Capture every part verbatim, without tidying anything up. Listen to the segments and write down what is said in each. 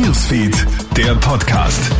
Newsfeed, der Podcast.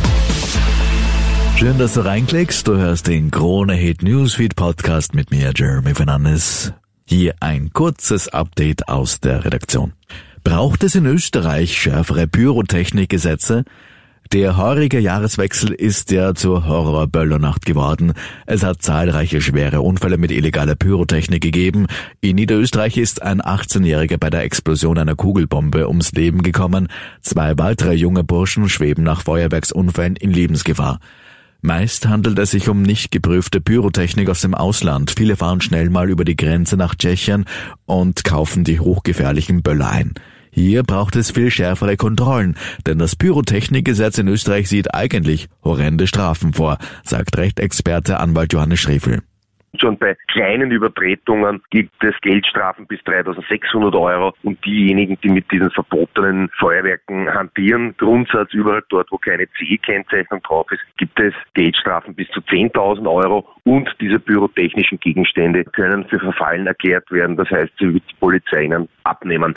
Schön, dass du reinklickst. Du hörst den Krone-Hit Newsfeed Podcast mit mir, Jeremy Fernandes. Hier ein kurzes Update aus der Redaktion. Braucht es in Österreich schärfere Pyrotechnikgesetze? Der heurige Jahreswechsel ist ja zur Horror-Böllernacht geworden. Es hat zahlreiche schwere Unfälle mit illegaler Pyrotechnik gegeben. In Niederösterreich ist ein achtzehnjähriger bei der Explosion einer Kugelbombe ums Leben gekommen. Zwei weitere junge Burschen schweben nach Feuerwerksunfällen in Lebensgefahr. Meist handelt es sich um nicht geprüfte Pyrotechnik aus dem Ausland. Viele fahren schnell mal über die Grenze nach Tschechien und kaufen die hochgefährlichen Böller ein. Hier braucht es viel schärfere Kontrollen, denn das Pyrotechnikgesetz in Österreich sieht eigentlich horrende Strafen vor, sagt Rechtsexperte Anwalt Johannes Schrefel. Schon bei kleinen Übertretungen gibt es Geldstrafen bis dreitausendsechshundert Euro und diejenigen, die mit diesen verbotenen Feuerwerken hantieren, Grundsatz überall dort, wo keine C E-Kennzeichnung drauf ist, gibt es Geldstrafen bis zu zehntausend Euro und diese pyrotechnischen Gegenstände können für verfallen erklärt werden, das heißt, sie wird die Polizei ihnen abnehmen.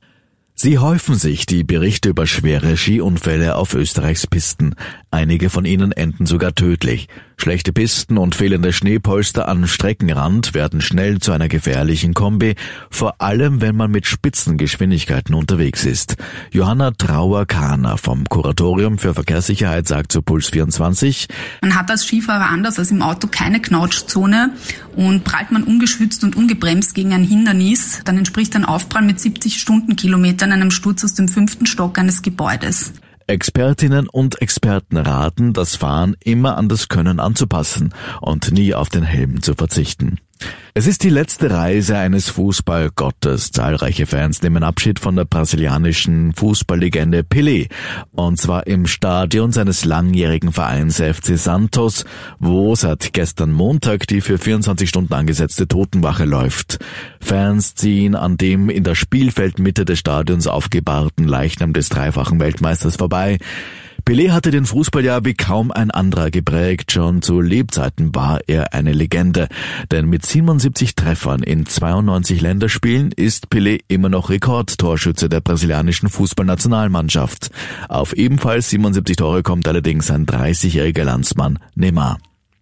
Sie häufen sich, die Berichte über schwere Skiunfälle auf Österreichs Pisten. Einige von ihnen enden sogar tödlich. Schlechte Pisten und fehlende Schneepolster am Streckenrand werden schnell zu einer gefährlichen Kombi, vor allem wenn man mit Spitzengeschwindigkeiten unterwegs ist. Johanna Trauer-Kahner vom Kuratorium für Verkehrssicherheit sagt zu Puls vierundzwanzig: Man hat als Skifahrer anders als im Auto keine Knautschzone und prallt man ungeschützt und ungebremst gegen ein Hindernis, dann entspricht ein Aufprall mit siebzig Stundenkilometern einem Sturz aus dem fünften Stock eines Gebäudes. Expertinnen und Experten raten, das Fahren immer an das Können anzupassen und nie auf den Helm zu verzichten. Es ist die letzte Reise eines Fußballgottes. Zahlreiche Fans nehmen Abschied von der brasilianischen Fußballlegende Pelé. Und zwar im Stadion seines langjährigen Vereins F C Santos, wo seit gestern Montag die für vierundzwanzig Stunden angesetzte Totenwache läuft. Fans ziehen an dem in der Spielfeldmitte des Stadions aufgebahrten Leichnam des dreifachen Weltmeisters vorbei. Pelé hatte den Fußball ja wie kaum ein anderer geprägt. Schon zu Lebzeiten war er eine Legende. Denn mit siebenundsiebzig Treffern in zweiundneunzig Länderspielen ist Pelé immer noch Rekordtorschütze der brasilianischen Fußballnationalmannschaft. Auf ebenfalls siebenundsiebzig Tore kommt allerdings sein dreißigjähriger Landsmann Neymar.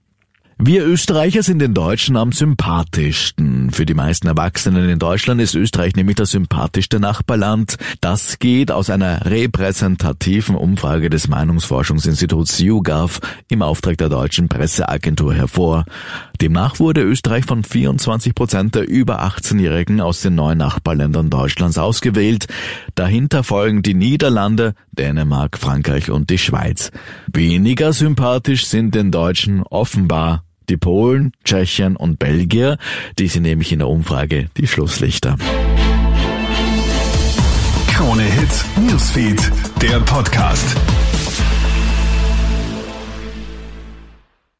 Wir Österreicher sind den Deutschen am sympathischsten. Für die meisten Erwachsenen in Deutschland ist Österreich nämlich das sympathischste Nachbarland. Das geht aus einer repräsentativen Umfrage des Meinungsforschungsinstituts YouGov im Auftrag der deutschen Presseagentur hervor. Demnach wurde Österreich von vierundzwanzig Prozent der über achtzehnjährigen aus den neuen Nachbarländern Deutschlands ausgewählt. Dahinter folgen die Niederlande, Dänemark, Frankreich und die Schweiz. Weniger sympathisch sind den Deutschen offenbar die Polen, Tschechien und Belgier. Die sind nämlich in der Umfrage die Schlusslichter. Krone-Hit Newsfeed, der Podcast.